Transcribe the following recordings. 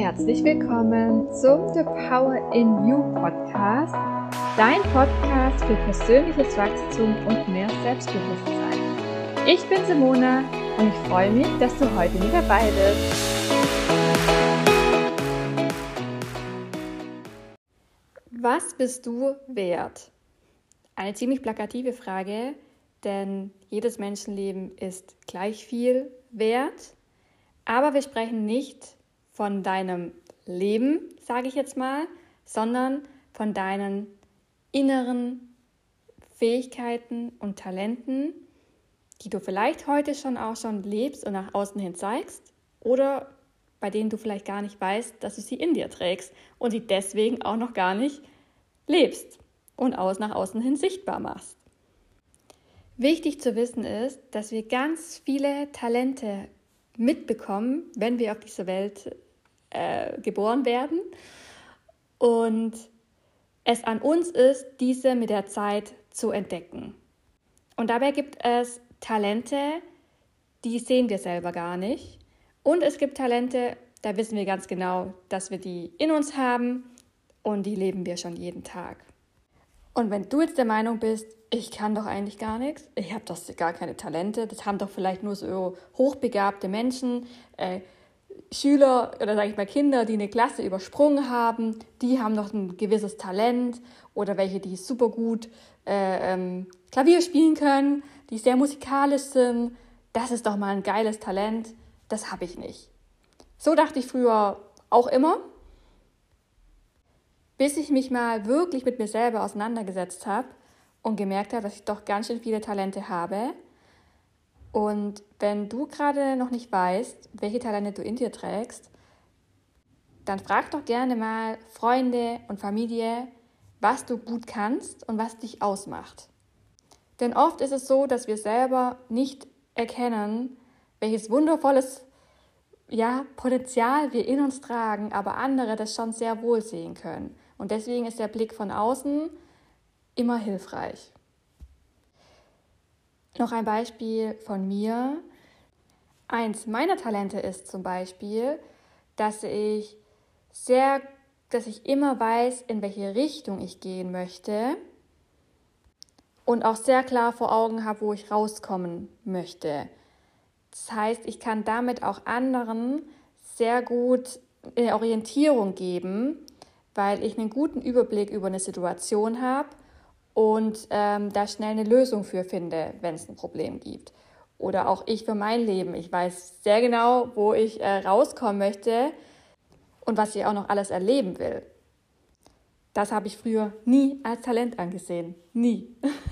herzlich willkommen zum The Power in You Podcast, dein Podcast für persönliches Wachstum und mehr Selbstbewusstsein. Ich bin Simona und ich freue mich, dass du heute mit dabei bist. Was bist du wert? Eine ziemlich plakative Frage, denn jedes Menschenleben ist gleich viel wert. Aber wir sprechen nicht von deinem Leben, sage ich jetzt mal, sondern von deinen inneren Fähigkeiten und Talenten, die du vielleicht heute schon lebst und nach außen hin zeigst oder bei denen du vielleicht gar nicht weißt, dass du sie in dir trägst und sie deswegen auch noch gar nicht lebst und nach außen hin sichtbar machst. Wichtig zu wissen ist, dass wir ganz viele Talente mitbekommen, wenn wir auf diese Welt geboren werden und es an uns ist, diese mit der Zeit zu entdecken. Und dabei gibt es Talente, die sehen wir selber gar nicht. Und es gibt Talente, da wissen wir ganz genau, dass wir die in uns haben und die leben wir schon jeden Tag. Und wenn du jetzt der Meinung bist, ich kann doch eigentlich gar nichts, ich habe doch gar keine Talente, das haben doch vielleicht nur so hochbegabte Menschen, Schüler oder sage ich mal Kinder, die eine Klasse übersprungen haben, die haben doch ein gewisses Talent oder welche, die super gut Klavier spielen können, die sehr musikalisch sind, das ist doch mal ein geiles Talent, das habe ich nicht. So dachte ich früher auch immer, bis ich mich mal wirklich mit mir selber auseinandergesetzt habe und gemerkt habe, dass ich doch ganz schön viele Talente habe. Und wenn du gerade noch nicht weißt, welche Talente du in dir trägst, dann frag doch gerne mal Freunde und Familie, was du gut kannst und was dich ausmacht. Denn oft ist es so, dass wir selber nicht erkennen, welches wundervolles Potenzial wir in uns tragen, aber andere das schon sehr wohl sehen können. Und deswegen ist der Blick von außen immer hilfreich. Noch ein Beispiel von mir. Eins meiner Talente ist zum Beispiel, dass ich immer weiß, in welche Richtung ich gehen möchte und auch sehr klar vor Augen habe, wo ich rauskommen möchte. Das heißt, ich kann damit auch anderen sehr gut eine Orientierung geben, weil ich einen guten Überblick über eine Situation habe und da schnell eine Lösung für finde, wenn es ein Problem gibt. Oder auch ich für mein Leben. Ich weiß sehr genau, wo ich rauskommen möchte und was ich auch noch alles erleben will. Das habe ich früher nie als Talent angesehen. Nie.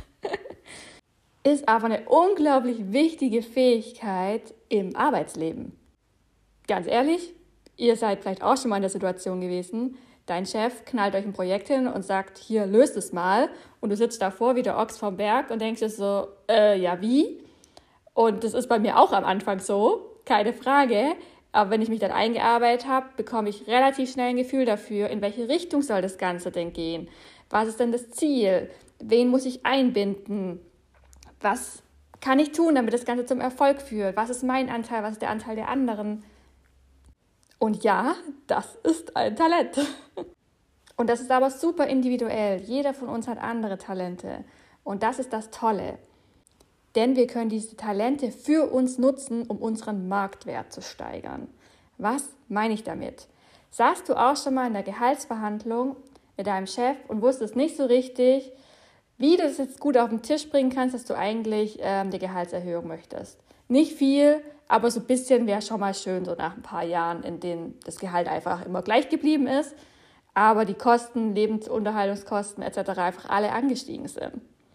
Ist aber eine unglaublich wichtige Fähigkeit im Arbeitsleben. Ganz ehrlich, ihr seid vielleicht auch schon mal in der Situation gewesen, dein Chef knallt euch ein Projekt hin und sagt, hier, löst es mal. Und du sitzt davor wie der Ochs vom Berg und denkst dir so, wie? Und das ist bei mir auch am Anfang so, keine Frage. Aber wenn ich mich dann eingearbeitet habe, bekomme ich relativ schnell ein Gefühl dafür, in welche Richtung soll das Ganze denn gehen? Was ist denn das Ziel? Wen muss ich einbinden? Was kann ich tun, damit das Ganze zum Erfolg führt? Was ist mein Anteil? Was ist der Anteil der anderen? Und ja, das ist ein Talent. Und das ist aber super individuell. Jeder von uns hat andere Talente. Und das ist das Tolle. Denn wir können diese Talente für uns nutzen, um unseren Marktwert zu steigern. Was meine ich damit? Saßt du auch schon mal in der Gehaltsverhandlung mit deinem Chef und wusstest nicht so richtig, wie du das jetzt gut auf den Tisch bringen kannst, dass du eigentlich die Gehaltserhöhung möchtest? Nicht viel, aber so ein bisschen wäre schon mal schön, so nach ein paar Jahren, in denen das Gehalt einfach immer gleich geblieben ist, aber die Kosten, Lebensunterhaltungskosten etc. einfach alle angestiegen sind.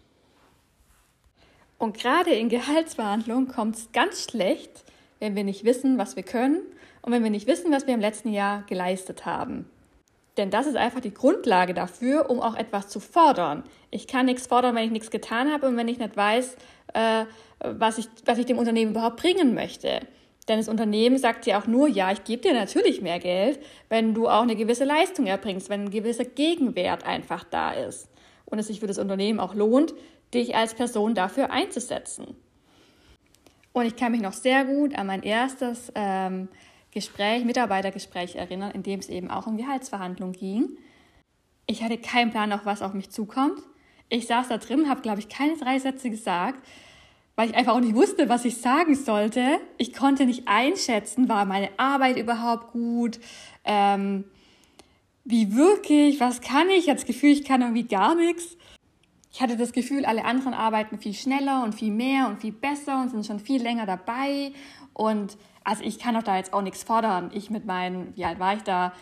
Und gerade in Gehaltsverhandlungen kommt es ganz schlecht, wenn wir nicht wissen, was wir können und wenn wir nicht wissen, was wir im letzten Jahr geleistet haben. Denn das ist einfach die Grundlage dafür, um auch etwas zu fordern. Ich kann nichts fordern, wenn ich nichts getan habe und wenn ich nicht weiß, was ich dem Unternehmen überhaupt bringen möchte. Denn das Unternehmen sagt dir auch nur, ja, ich gebe dir natürlich mehr Geld, wenn du auch eine gewisse Leistung erbringst, wenn ein gewisser Gegenwert einfach da ist. Und es sich für das Unternehmen auch lohnt, dich als Person dafür einzusetzen. Und ich kann mich noch sehr gut an mein erstes Mitarbeitergespräch erinnern, in dem es eben auch um Gehaltsverhandlungen ging. Ich hatte keinen Plan, auf was auf mich zukommt. Ich saß da drin, habe, glaube ich, keine 3 Sätze gesagt, weil ich einfach auch nicht wusste, was ich sagen sollte. Ich konnte nicht einschätzen, war meine Arbeit überhaupt gut, wie wirklich, was kann ich? Ich hatte das Gefühl, ich kann irgendwie gar nichts. Ich hatte das Gefühl, alle anderen arbeiten viel schneller und viel mehr und viel besser und sind schon viel länger dabei. Und also ich kann doch da jetzt auch nichts fordern. Ich mit meinen, wie alt war ich da,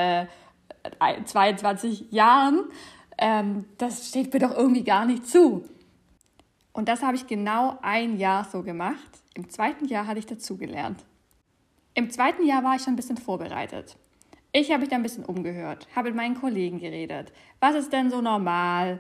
22 Jahren, das steht mir doch irgendwie gar nicht zu. Und das habe ich genau 1 Jahr so gemacht. Im 2. Jahr hatte ich dazugelernt. Im 2. Jahr war ich schon ein bisschen vorbereitet. Ich habe mich da ein bisschen umgehört, habe mit meinen Kollegen geredet. Was ist denn so normal?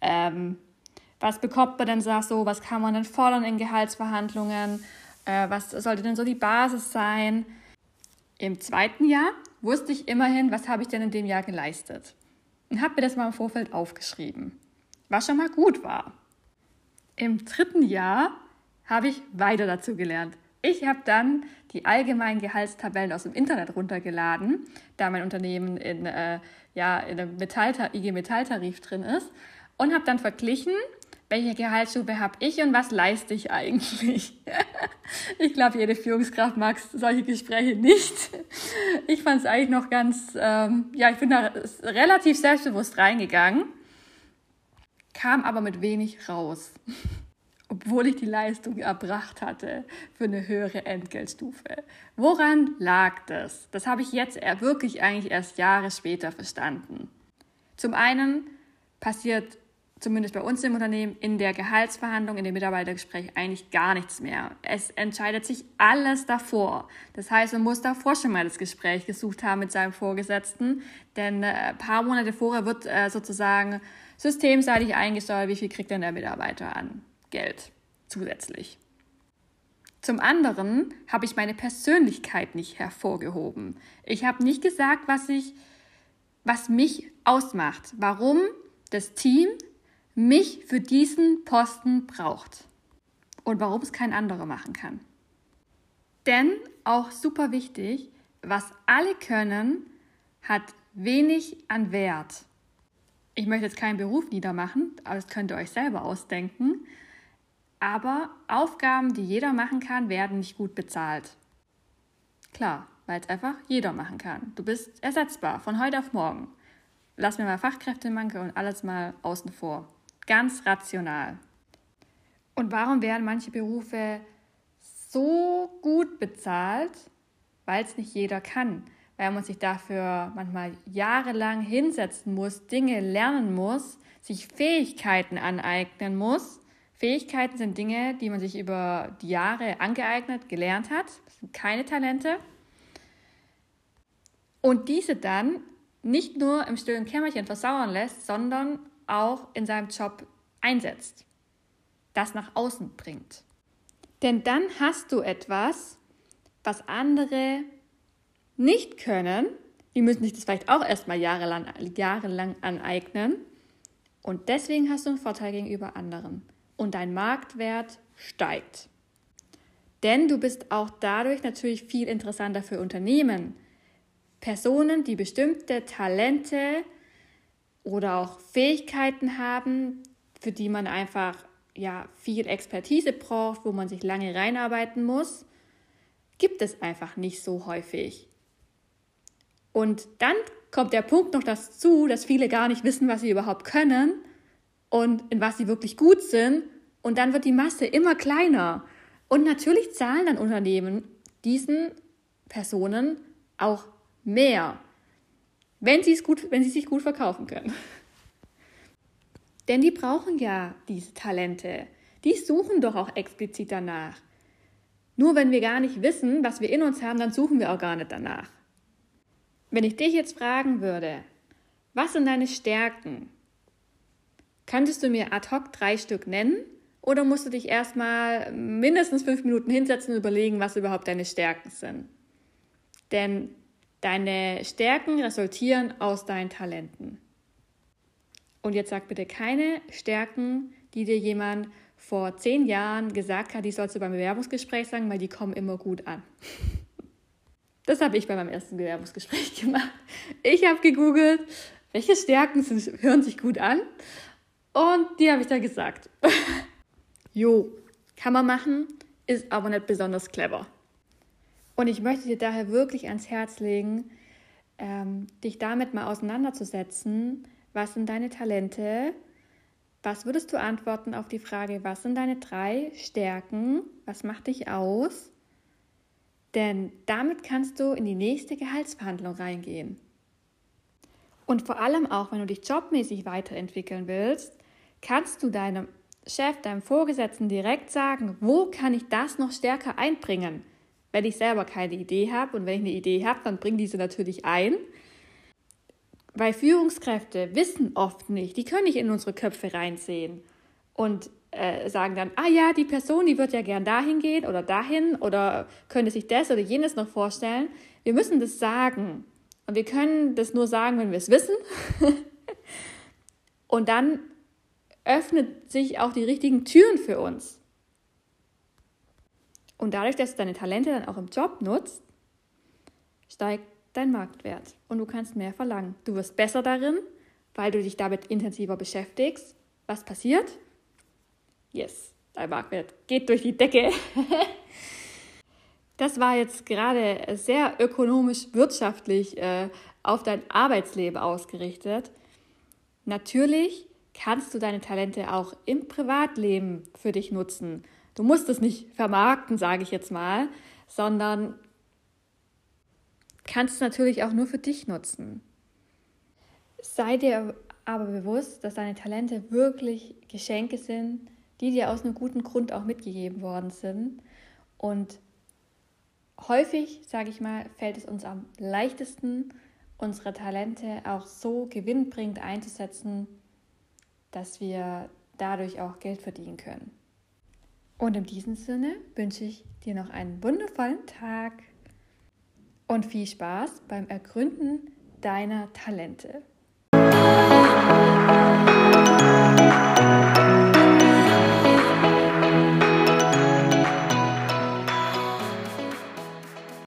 Was bekommt man denn so? Was kann man denn fordern in Gehaltsverhandlungen? Was sollte denn so die Basis sein? Im 2. Jahr wusste ich immerhin, was habe ich denn in dem Jahr geleistet. Und habe mir das mal im Vorfeld aufgeschrieben, was schon mal gut war. Im 3. Jahr habe ich weiter dazu gelernt. Ich habe dann die allgemeinen Gehaltstabellen aus dem Internet runtergeladen, da mein Unternehmen in einem IG Metall-Tarif drin ist, und habe dann verglichen, welche Gehaltsstufe habe ich und was leiste ich eigentlich. Ich glaube, jede Führungskraft mag solche Gespräche nicht. Ich fand es eigentlich noch ganz, ich bin da relativ selbstbewusst reingegangen, kam aber mit wenig raus. Obwohl ich die Leistung erbracht hatte für eine höhere Entgeltstufe. Woran lag das? Das habe ich jetzt wirklich eigentlich erst Jahre später verstanden. Zum einen passiert zumindest bei uns im Unternehmen in der Gehaltsverhandlung, in dem Mitarbeitergespräch eigentlich gar nichts mehr. Es entscheidet sich alles davor. Das heißt, man muss davor schon mal das Gespräch gesucht haben mit seinem Vorgesetzten, denn ein paar Monate vorher wird sozusagen systemseitig eingesteuert, wie viel kriegt denn der Mitarbeiter an Geld zusätzlich. Zum anderen habe ich meine Persönlichkeit nicht hervorgehoben. Ich habe nicht gesagt, was mich ausmacht, warum das Team mich für diesen Posten braucht und warum es kein anderer machen kann. Denn, auch super wichtig, was alle können, hat wenig an Wert. Ich möchte jetzt keinen Beruf niedermachen, aber das könnt ihr euch selber ausdenken. Aber Aufgaben, die jeder machen kann, werden nicht gut bezahlt. Klar, weil es einfach jeder machen kann. Du bist ersetzbar von heute auf morgen. Lass mir mal Fachkräftemangel und alles mal außen vor. Ganz rational. Und warum werden manche Berufe so gut bezahlt? Weil es nicht jeder kann. Weil man sich dafür manchmal jahrelang hinsetzen muss, Dinge lernen muss, sich Fähigkeiten aneignen muss. Fähigkeiten sind Dinge, die man sich über die Jahre angeeignet, gelernt hat. Das sind keine Talente. Und diese dann nicht nur im stillen Kämmerchen versauern lässt, sondern auch in seinem Job einsetzt. Das nach außen bringt. Denn dann hast du etwas, was andere nicht können. Die müssen sich das vielleicht auch erstmal jahrelang aneignen. Und deswegen hast du einen Vorteil gegenüber anderen. Und dein Marktwert steigt. Denn du bist auch dadurch natürlich viel interessanter für Unternehmen. Personen, die bestimmte Talente oder auch Fähigkeiten haben, für die man einfach viel Expertise braucht, wo man sich lange reinarbeiten muss, gibt es einfach nicht so häufig. Und dann kommt der Punkt noch dazu, dass viele gar nicht wissen, was sie überhaupt können und in was sie wirklich gut sind. Und dann wird die Masse immer kleiner. Und natürlich zahlen dann Unternehmen diesen Personen auch mehr, wenn sie sich gut verkaufen können. Denn die brauchen ja diese Talente. Die suchen doch auch explizit danach. Nur wenn wir gar nicht wissen, was wir in uns haben, dann suchen wir auch gar nicht danach. Wenn ich dich jetzt fragen würde, was sind deine Stärken? Könntest du mir ad hoc 3 Stück nennen? Oder musst du dich erstmal mindestens 5 Minuten hinsetzen und überlegen, was überhaupt deine Stärken sind? Denn deine Stärken resultieren aus deinen Talenten. Und jetzt sag bitte keine Stärken, die dir jemand vor 10 Jahren gesagt hat, die sollst du beim Bewerbungsgespräch sagen, weil die kommen immer gut an. Das habe ich bei meinem ersten Bewerbungsgespräch gemacht. Ich habe gegoogelt, welche Stärken hören sich gut an, und die habe ich da gesagt. Jo, kann man machen, ist aber nicht besonders clever. Und ich möchte dir daher wirklich ans Herz legen, dich damit mal auseinanderzusetzen. Was sind deine Talente? Was würdest du antworten auf die Frage, was sind deine 3 Stärken? Was macht dich aus? Denn damit kannst du in die nächste Gehaltsverhandlung reingehen. Und vor allem auch, wenn du dich jobmäßig weiterentwickeln willst, kannst du deinem Chef, deinem Vorgesetzten direkt sagen, wo kann ich das noch stärker einbringen? Wenn ich selber keine Idee habe, und wenn ich eine Idee habe, dann bring diese natürlich ein. Weil Führungskräfte wissen oft nicht, die können nicht in unsere Köpfe reinsehen und sagen dann, ja, die Person, die wird ja gern dahin gehen oder dahin oder könnte sich das oder jenes noch vorstellen. Wir müssen das sagen, und wir können das nur sagen, wenn wir es wissen. Und dann öffnet sich auch die richtigen Türen für uns. Und dadurch, dass du deine Talente dann auch im Job nutzt, steigt dein Marktwert und du kannst mehr verlangen. Du wirst besser darin, weil du dich damit intensiver beschäftigst. Was passiert? Yes, dein Marktwert geht durch die Decke. Das war jetzt gerade sehr ökonomisch, wirtschaftlich auf dein Arbeitsleben ausgerichtet. Natürlich kannst du deine Talente auch im Privatleben für dich nutzen. Du musst es nicht vermarkten, sage ich jetzt mal, sondern kannst es natürlich auch nur für dich nutzen. Sei dir aber bewusst, dass deine Talente wirklich Geschenke sind, die dir aus einem guten Grund auch mitgegeben worden sind. Und häufig, sage ich mal, fällt es uns am leichtesten, unsere Talente auch so gewinnbringend einzusetzen, dass wir dadurch auch Geld verdienen können. Und in diesem Sinne wünsche ich dir noch einen wundervollen Tag und viel Spaß beim Ergründen deiner Talente.